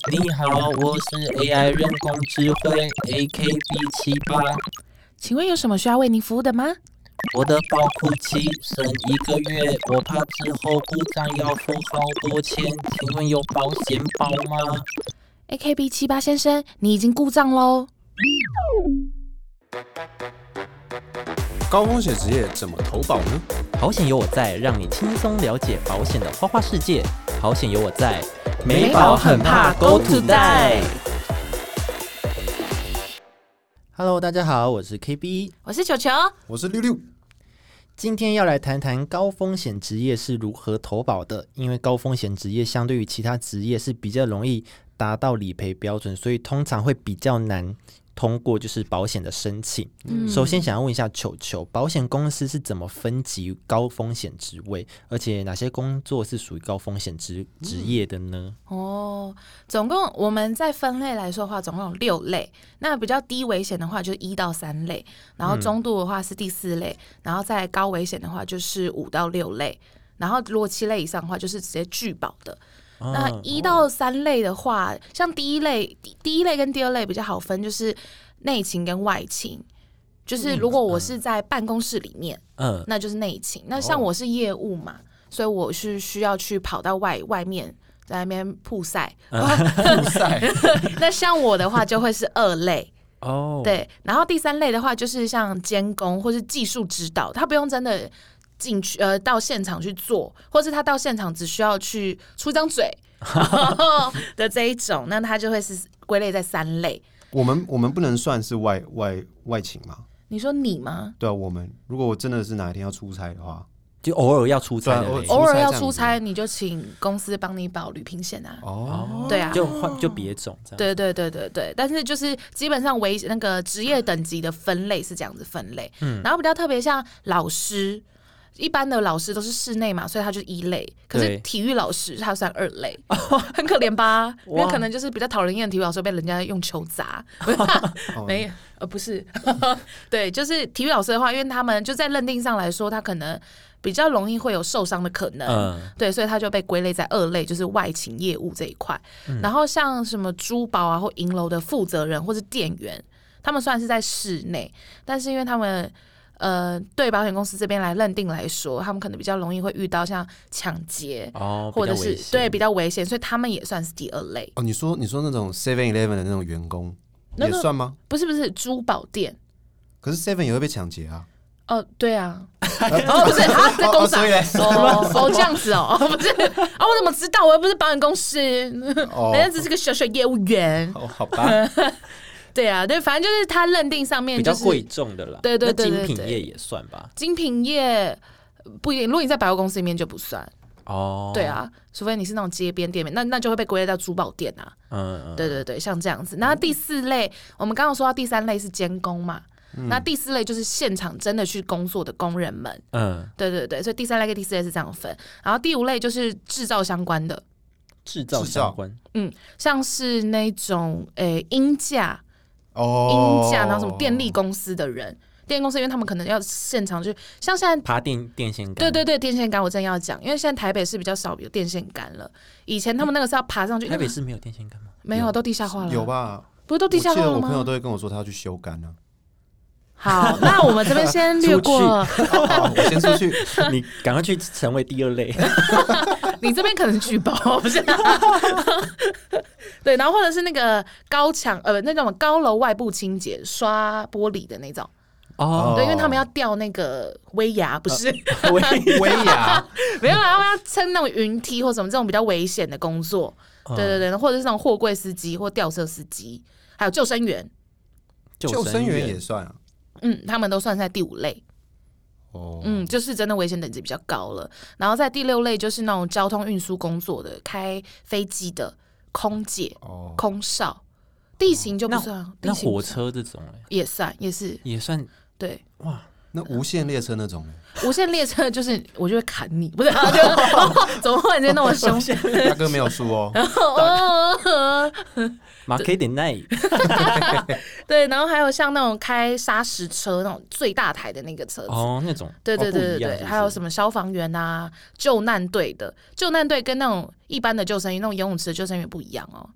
你好，我是 AI 人工智慧 AKB78， 请问有什么需要为您服务的吗我的保护期剩1个月，我怕之后故障要付好多钱，请问有保险包吗 ？AKB78先生，你已经故障喽。 高风险职业怎么投保呢？ 好险有我在，让你轻松了解保险的花花世界。好险有我在， 没保很怕 Go to die。 Hello， 大家好，我是 KB， 我是球球， 我是六六。 今天要来谈谈高风险职业是如何投保的。因为高风险职业相对于其他职业是比较容易达到理赔标准，所以通常会比较难通过就是保险的申请。首先想要问一下球球，保险公司是怎么分级高风险职位，而且哪些工作是属于高风险职业的呢？ 总共我们在分类来说的话，总共有6类。那比较低危险的话就是1到3类，然后中度的话是第4类，然后再高危险的话就是5到6类，然后如果7类以上的话就是直接拒保的。那1到3类的话，像第一类跟第2类比较好分，就是内勤跟外勤。就是如果我是在办公室里面，那就是内勤。那像我是业务嘛，所以我是需要去跑到外面，在那边曝晒。那像我的话就会是2类。对，然后第3类的话就是像监工或是技术指导，他不用真的进去到现场去做，或是他到现场只需要去出一张嘴的这一种，那他就会是归类在3类。 我们不能算是外勤吗？ 你说你吗？ 对啊，如果我真的是哪一天要出差的话， 就偶尔要出差的， 偶尔要出差，你就请公司帮你保旅平险啊。对啊， 就别种这样。 对，但是就是基本上那个职业等级的分类是这样子分类。然后比较特别，像老师。一般的老师都是室内嘛，所以他就是1类。可是体育老师他算2类，很可怜吧？因为可能就是比较讨人厌的体育老师被人家用球砸，没有，不是，对，就是体育老师的话，因为他们就在认定上来说，他可能比较容易会有受伤的可能，对，所以他就被归类在2类，就是外勤业务这一块。然后像什么珠宝啊或银楼的负责人或是店员，他们虽然是在室内，但是因为他们对保险公司这边来认定来说，他们可能比较容易会遇到像抢劫，或者是对比较危险，所以他们也算是第2类。 你说那种 7-Eleven 的那种员工也算吗？ 不是珠宝店， 可是 7 也会被抢劫啊。 对啊，不是他在公司这样子不是我怎么知道？我又不是保险公司，人家只是个小业务员。 好吧。 对啊，对，反正就是他认定上面、就是、 比较贵重的啦。 对， 精品业也算吧。 精品业不一定，如果你在百货公司里面就不算。对啊，除非你是那种街边店面，那就会被归类到珠宝店啊。对，像这样子。然后第4类，我们刚刚说到第3类是监工嘛，那第4类就是现场真的去工作的工人们。对，所以第3类跟第4类是这样分。然后第5类就是制造相关的。 制造相关， 像是那种鹰架。然后什么电力公司的人，电力公司因为他们可能要现场去，像现在爬电线杆， 对，电线杆我正要讲，因为现在台北市比较少有电线杆了，以前他们那个是要爬上去。 台北市没有电线杆吗？ 没有，都地下化了。 有吧？ 不是都地下化了吗？ 我朋友都会跟我说他要去修杆啊。 好，那我们这边先略过。 我先出去， 你赶快去成为第2类。 你这边可能拒保，不是？对，然后或者是那个高墙那种高楼外部清洁刷玻璃的那种。对，因为他们要吊那个威亚，不是威亚， 没有啦，他们要撑那种云梯或什么这种比较危险的工作。对，或者是那种货柜司机或吊车司机，还有救生员。 救生员也算啊。 他们都算在第5类。就是真的危险等级比较高了。然后在第6类就是那种交通运输工作的，开飞机的空姐、空少，地勤就不算。 那火车这种也算，也算。对， 哇，那无限列车那种无限列车就是我就会砍你，不是？怎么忽然间那么凶？ 大哥没有输哦。 马可以点耐。 对，然后还有像那种开砂石车那种最大台的那个车子那种。 对，还有什么消防员啊、救难队的，救难队跟那种一般的救生员、那种游泳池的救生员不一样哦。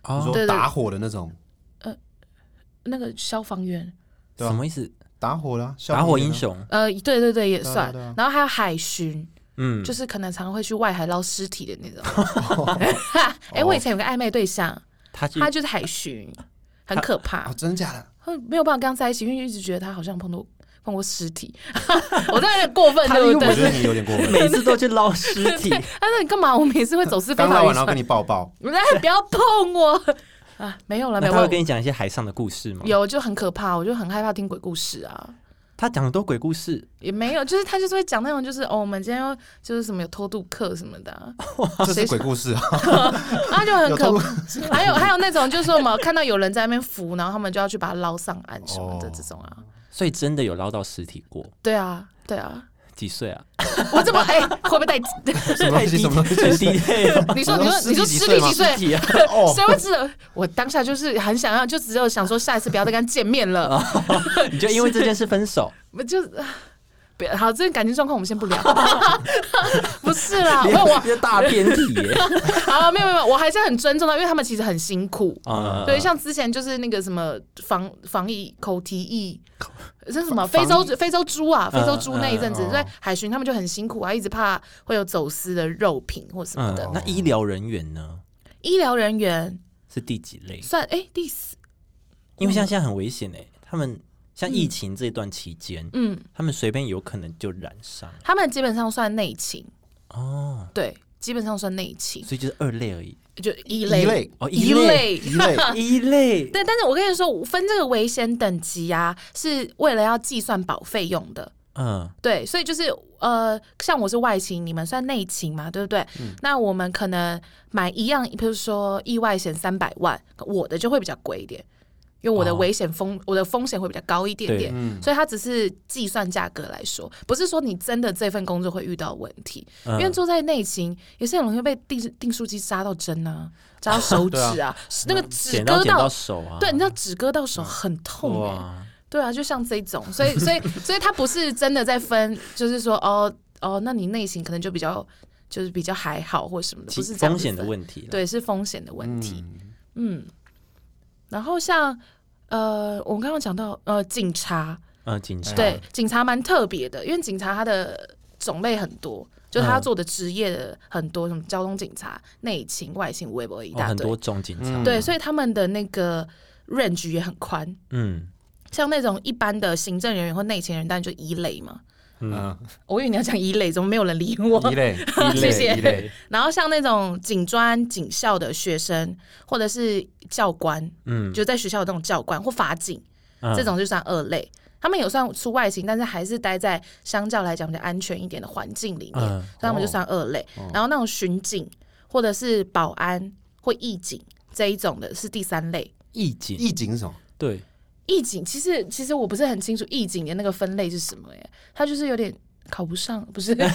你说打火的那种， 那个消防员， 对啊什么意思？ 打火啦， 打火英雄。 对对对，也算。 对啊然后还有海巡，就是可能常会去外海捞尸体的那种。我以前有个暧昧对象，他就是海巡，很可怕。 真的假的？ 没有办法跟他在一起，因为一直觉得他好像碰过尸体。我这有点过分，对不对？ 我觉得你有点过分， 每次都去捞尸体。 他说你干嘛？我每次会走私非法渔船， 然后跟你抱抱， 不要碰我。没有了，没有。 他会跟你讲一些海上的故事吗？ 有，就很可怕，我就很害怕听鬼故事啊。 他讲的都鬼故事也没有，就是他就是会讲那种，就是我们今天就是什么有偷渡客什么的， 这是鬼故事啊， 他就很可怕。还有那种就是说我们看到有人在那边浮，然后他们就要去把他捞上岸什么的这种啊。 所以真的有捞到尸体过？ 对啊，对啊。 几岁啊？ 我怎么会不会带什么东西？什么东西？ 你说尸体几岁？谁会知道？我当下就是很想要，就只有想说下一次不要再跟他见面了。 你就因为这件事分手？ 就好，这个感情状况我们先不聊。不是啦， 我大偏题耶。 好，没有，我还是很尊重他，因为他们其实很辛苦。对，像之前就是那个什么防疫口蹄疫。这是什么非洲猪啊？非洲猪那一阵子，所以海巡他们就很辛苦啊，一直怕会有走私的肉品或什么的。 那医疗人员呢？ 医疗人员是第几类？ 算第4， 因为像现在很危险他们像疫情这段期间，他们随便有可能就染上。 他们基本上算内勤哦， 对，基本上算内勤， 所以就是2类而已。 就一类哦，一类。 对，但是我跟你说，分这个危险等级啊，是为了要计算保费用的。对，所以就是像我是外勤，你们算内勤嘛，对不对？那我们可能买一样，比如说意外险300万，我的就会比较贵一点。因为我的我的风险会比较高一点点，所以它只是计算价格来说，不是说你真的这份工作会遇到问题。因为坐在内勤也是很容易被订书机扎到针啊，扎到手指啊，那个纸割到手啊， 对，你知道纸割到手很痛对啊，就像这种，所以它不是真的在分，就是说那你内勤可能就比较还好或什么的，不是这样风险的问题， 对，是风险的问题，然后像我们刚刚讲到警察，对，警察蛮特别的，因为警察他的种类很多，就他做的职业的很多，什么交通警察、内勤、外勤、微博一大堆， 很多种警察， 对，所以他们的那个 range 也很宽，像那种一般的行政人员或内勤人，当然就1类嘛。我以为你要讲1类，怎么没有人理我 ？1类， 谢谢。然后像那种警专、警校的学生，或者是教官，就在学校的那种教官或法警，这种就算2类。他们有算出外勤，但是还是待在相较来讲比较安全一点的环境里面，所以他们就算2类。然后那种巡警或者是保安或义警这一种的是第3类。 义警是什么？ 对。 义警其实我不是很清楚义警的那个分类是什么耶，他就是有点考不上，不是？那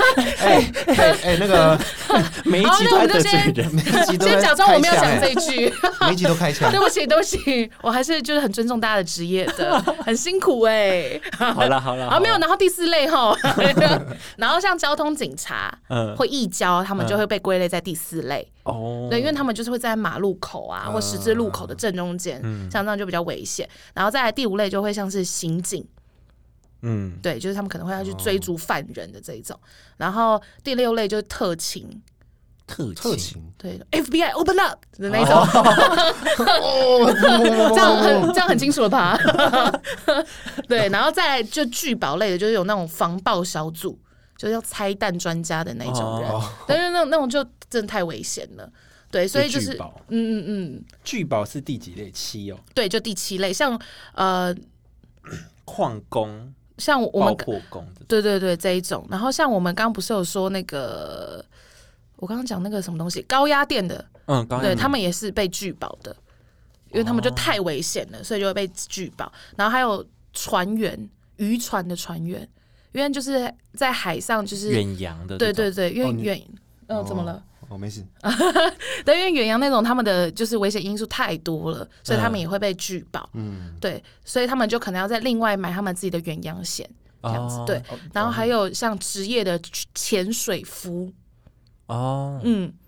个每一集都在得罪人， 先假装我没有讲这一句， 每一集都开枪。 对不起，我还是就是很尊重大家的职业的，很辛苦好了， 没有，然后第4类然后像交通警察或义交，他们就会被归类在第4类。对，因为他们就是会在马路口啊或十字路口的正中间，像这样就比较危险。然后再来第5类就会像是刑警。对，就是他们可能会要去追逐犯人的这一种。然后第6类就是特勤，对 ，FBI open up 的那种。这样很清楚了吧？对，然后再来就拒保类的，就是有那种防爆小组，就是要拆弹专家的那种人。但是那种就真的太危险了。对，所以就是拒保是第几类？7哦。 对，就第7类，像矿工。 像我们爆破工， 对这一种，然后像我们刚刚不是有说那个，我刚刚讲那个什么东西高压电的，对他们也是被拒保的，因为他们就太危险了，所以就会被拒保。然后还有船员，渔船的船员，因为就是在海上就是远洋的， 对，因为怎么了？ 没事。 对，因为远洋那种他们的就是危险因素太多了，所以他们也会被拒保。对，所以他们就可能要再另外买他们自己的远洋险，这样子。对，然后还有像职业的潜水夫。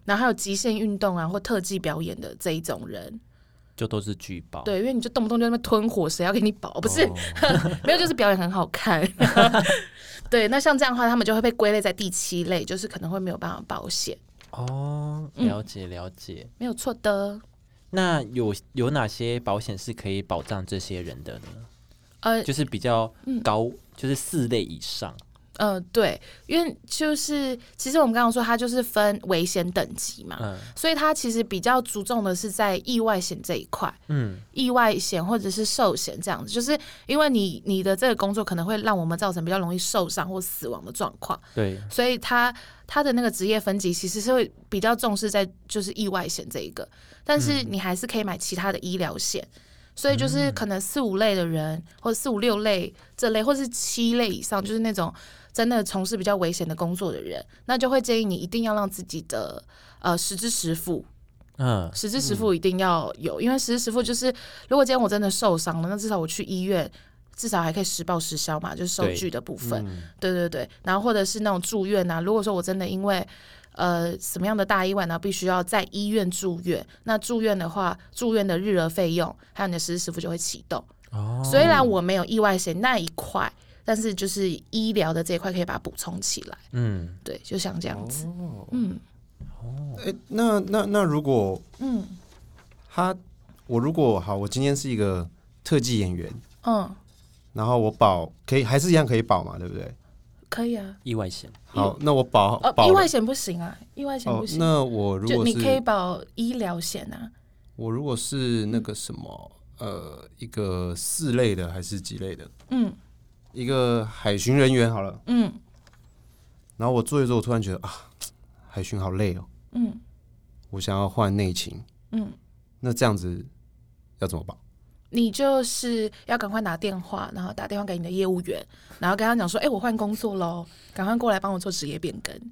然后还有极限运动啊或特技表演的这一种人， 就都是拒保。 对，因为你就动不动就在那边吞火，谁要给你保？不是，没有，就是表演很好看。对，那像这样的话，他们就会被归类在第7类，就是可能会没有办法保险。 哦，了解了解， 没有错的。 那有哪些保险是可以保障这些人的呢？就是比较高，就是4类以上。 对，因为就是其实我们刚刚说它就是分危险等级嘛，所以它其实比较注重的是在意外险这一块，意外险或者是寿险这样子，就是因为你的这个工作可能会让我们造成比较容易受伤或死亡的状况， 对， 所以它的那个职业分级其实是会比较重视在就是意外险这一个，但是你还是可以买其他的医疗险。所以就是可能4、5类的人，或者4、5、6类这类，或是7类以上，就是那种真的从事比较危险的工作的人，那就会建议你一定要让自己的实支实付，实支实付一定要有，因为实支实付就是如果今天我真的受伤了，那至少我去医院。至少还可以实报实销嘛，就是收据的部分，对，然后或者是那种住院啊，如果说我真的因为什么样的大意外，然后必须要在医院住院，那住院的话，住院的日额费用还有你的实支实付就会启动。虽然我没有意外险那一块，但是就是医疗的这一块可以把它补充起来。对，就像这样子。 那如果我如果好，我今天是一个特技演员，然后我保可以还是一样可以保嘛，对不对？ 可以啊， 意外险。 好，那我保意外险不行啊，意外险不行。 那我如果是就你可以保医疗险啊。 我如果是那个什么一个4类的还是几类的？一个海巡人员好了。然后我做一做，我突然觉得海巡好累哦。我想要换内勤。那这样子要怎么保？ 你就是要赶快拿电话，然后打电话给你的业务员，然后跟他讲说：“我换工作喽，赶快过来帮我做职业变更。”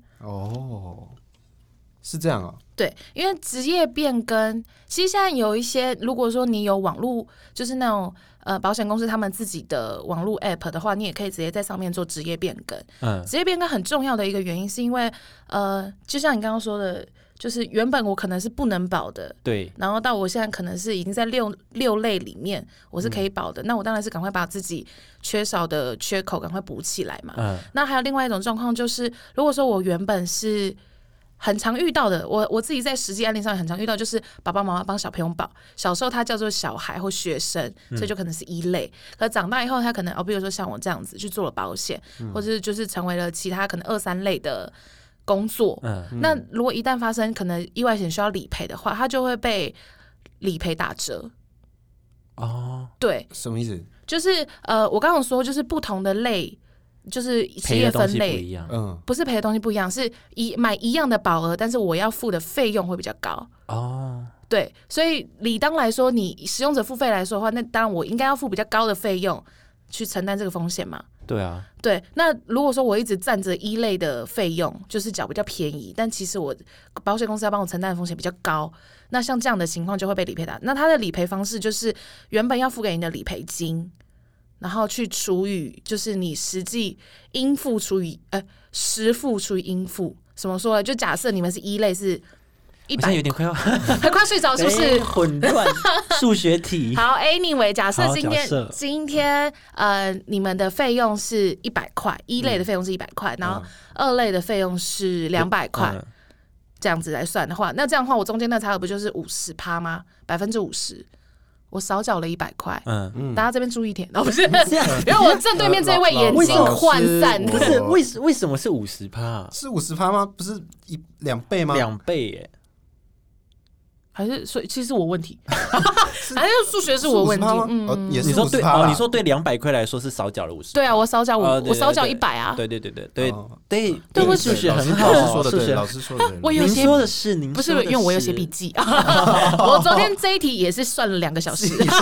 是这样啊？ 对，因为职业变更，其实现在有一些，如果说你有网络，就是那种保险公司他们自己的网络 app 的话，你也可以直接在上面做职业变更。职业变更很重要的一个原因是因为就像你刚刚说的。就是原本我可能是不能保的， 对， 然后到我现在可能是已经在六类里面，我是可以保的。那我当然是赶快把自己缺少的缺口赶快补起来嘛。那还有另外一种状况就是，如果说我原本是很常遇到的，我自己在实际案例上很常遇到，就是爸爸妈妈帮小朋友保，小时候他叫做小孩或学生，所以就可能是1类。可长大以后，他可能比如说像我这样子去做了保险，或者是就是成为了其他可能2、3类的。工作，那如果一旦发生可能意外险需要理赔的话，它就会被理赔打折。对， 什么意思？ 就是我刚刚说就是不同的类，就是职业分类，不是赔的东西不一样，是买一样的保额，但是我要付的费用会比较高。对，所以理当来说，你使用者付费来说的话，那当然我应该要付比较高的费用去承担这个风险嘛。 对啊， 对，那如果说我一直占着1类的费用，就是缴比较便宜，但其实我保险公司要帮我承担的风险比较高，那像这样的情况就会被理赔打。那它的理赔方式就是原本要付给你的理赔金，然后去除以就是你实际应付除以实付除以应付。怎么说呢？就假设你们是1类是100， 现在有点快睡着，是不是？ 混乱数学题。 好 ，anyway， 假设今天你们的费用是100块，1类的费用是100块，然后2类的费用是200块，这样子来算的话，那这样的话，我中间那差额不就是50%吗？50%，我少缴了100块。大家这边注意点，不是，因为我正对面这位眼睛涣散， 不是为什么是50%？ 是50%吗？不是2倍吗 ？2倍耶。 还是所以其实我问题，还是数学是我问题。 也是你说对你说对200块来说是少缴了50%。 对啊，我少缴我少缴100啊。 对， 我数学很好， 老师说的对。 我有些您说的是您不是因为我有写笔记。我昨天这一题也是算了2个小时，一直在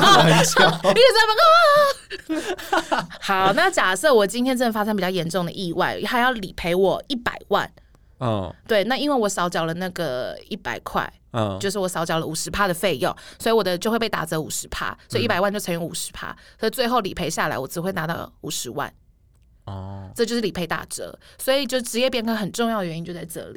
问。好，那假设我今天真的发生比较严重的意外，还要理赔我100万。对，那因为我少缴了那个100块，就是我少缴了50%的费用，所以我的就会被打折50%，所以100万就乘以50%，所以最后理赔下来，我只会拿到50万。这就是理赔打折，所以就职业变更很重要的原因就在这里，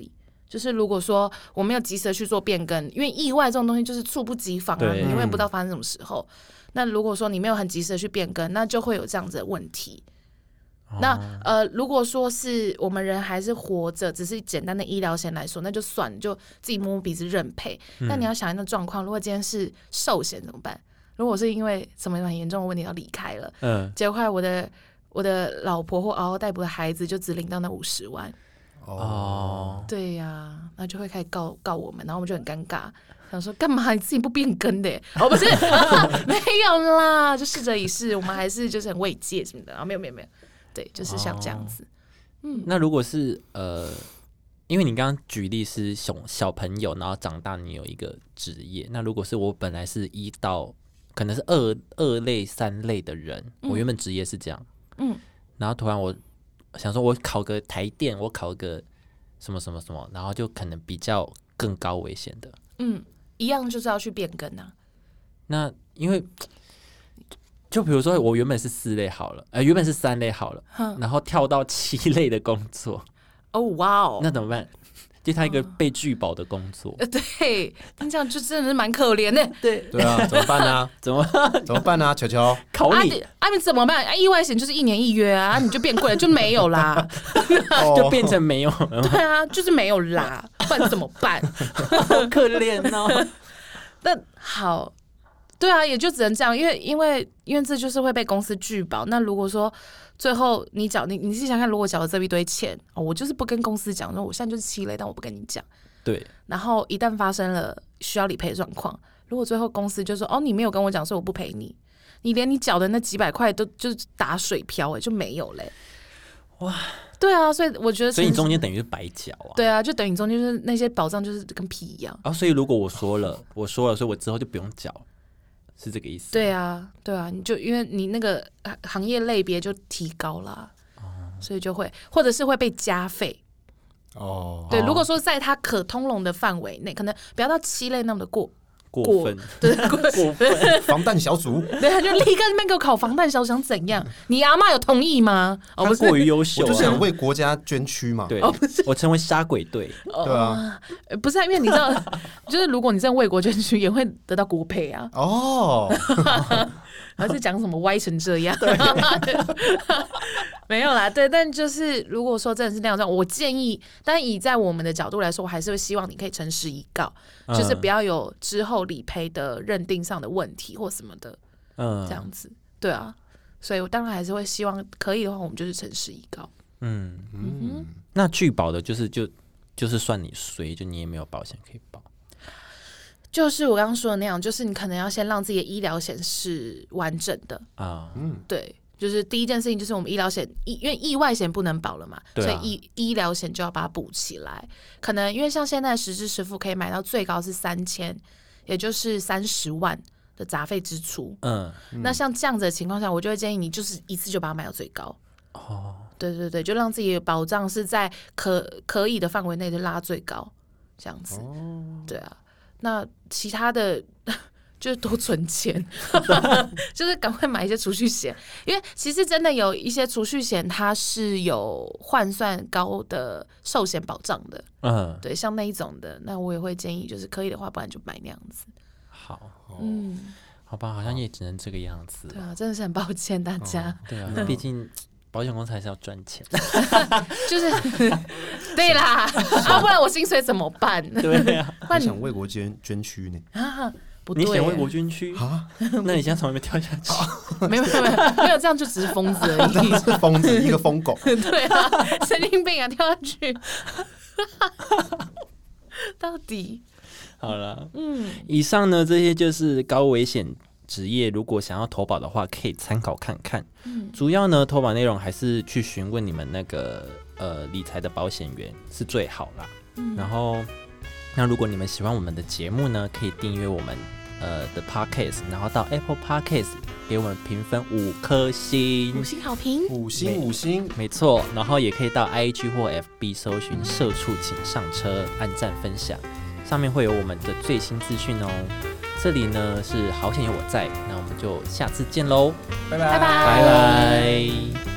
就是如果说我没有及时的去做变更，因为意外这种东西就是猝不及防啊，你永远不知道发生什么时候。那如果说你没有很及时的去变更，那就会有这样子的问题。那如果说是我们人还是活着，只是简单的医疗险来说，那就算就自己摸摸鼻子认赔。但你要想一个状况，如果今天是寿险怎么办？如果是因为什么很严重的问题要离开了，结果后来我的老婆或嗷嗷待哺的孩子就只领到那50万。对呀，那就会开始告我们，然后我们就很尴尬。想说干嘛你自己不变更的？不是、没有啦，就试着一试，我们还是就是很慰藉什么的。没有，对，就是像这样子。 那如果是因为你刚刚举例是小朋友，然后长大你有一个职业，那如果是我本来是1到可能是2类3类的人，我原本职业是这样，然后突然我想说我考个台电，我考个什么什么什么，然后就可能比较更高危险的， 一样就是要去变更啊。 那因为就比如说我原本是4类好了，原本是3类好了，然后跳到7类的工作， 哇哦， 那怎么办？就他一个被拒保的工作， 对，你这样就真的是蛮可怜的。 对啊，怎么办呢？怎么办呢？球球考你， 你怎么办？意外险就是1年1约啊，你就变贵了就没有啦， 就变成没有了。 对啊，就是没有啦，不然怎么办？ 好可怜哦。 那好。对啊，也就只能这样，因为这就是会被公司拒保。那如果说最后你是想看，如果缴了这一堆钱，我就是不跟公司讲，说我现在就是7类，但我不跟你讲。 对。然后一旦发生了需要理赔状况，如果最后公司就说你没有跟我讲，所以我不赔你，你连你缴的那几百块都就是打水漂就没有嘞。哇。对啊，所以我觉得， 所以你中间等于是白缴啊。 对啊，就等于中间就是那些保障就是跟屁一样。 所以如果我说了，所以我之后就不用缴。是这个意思。 对啊，你就因为你那个行业类别就提高了，所以就会或者是会被加费。对，如果说在它可通融的范围内，可能不要到7类那么的过分， 对， 过分。 防弹小组， 对，他就立刻那边给我考防弹小组，想怎样？你阿嬷有同意吗？ 他过于优秀， 我就想为国家捐躯嘛。 对，我成为杀鬼队。 对啊， 不是因为你知道，就是如果你真的为国捐躯，也会得到国赔啊。还是讲什么歪成这样？没有啦，对，但就是如果说真的是那样，我建议，但以在我们的角度来说，我还是会希望你可以诚实以告，就是不要有之后理赔的认定上的问题或什么的，这样子，对啊，所以我当然还是会希望可以的话，我们就是诚实以告。 那拒保的就是算你衰，就你也没有保险可以保。 就是我刚刚说的那样，就是你可能要先让自己的医疗险是完整的对，就是第一件事情就是我们医疗险，因为意外险不能保了嘛，所以医疗险就要把它补起来。可能因为像现在实支实付可以买到最高是3000，也就是30万的杂费支出。那像这样子的情况下，我就会建议你就是一次就把它买到最高。对，就让自己的保障是在可以的范围内就拉最高，这样子。对啊。那其他的就是多存钱，就是赶快买一些储蓄险，因为其实真的有一些储蓄险它是有换算高的寿险保障的，对，像那一种的，那我也会建议，就是可以的话，不然就买那样子。 好，好吧，好像也只能这个样子。 对啊，真的是很抱歉大家。 对啊，毕竟保险公司还是要赚钱， 就是对啦，不然我薪水怎么办？ 对啊， 我想为国捐躯呢。 不对， 你想为国捐躯啊？那你现在从那边跳下去？ 没有，这样就只是疯子而已， 是疯子，一个疯狗。 对啊，神经病啊，跳下去。到底好了，以上呢这些就是高危险职业，如果想要投保的话，可以参考看看。主要呢，投保内容还是去询问你们那个理财的保险员是最好啦。然后，那如果你们喜欢我们的节目呢，可以订阅我们的 Podcast， 然后到 Apple Podcast 给我们评分5颗星 ，5星好评 ，5星， 没错。然后也可以到 IG 或 FB 搜寻“社畜请上车”，按赞分享，上面会有我们的最新资讯哦。这里呢是好险有我在，那我们就下次见喽， 拜拜。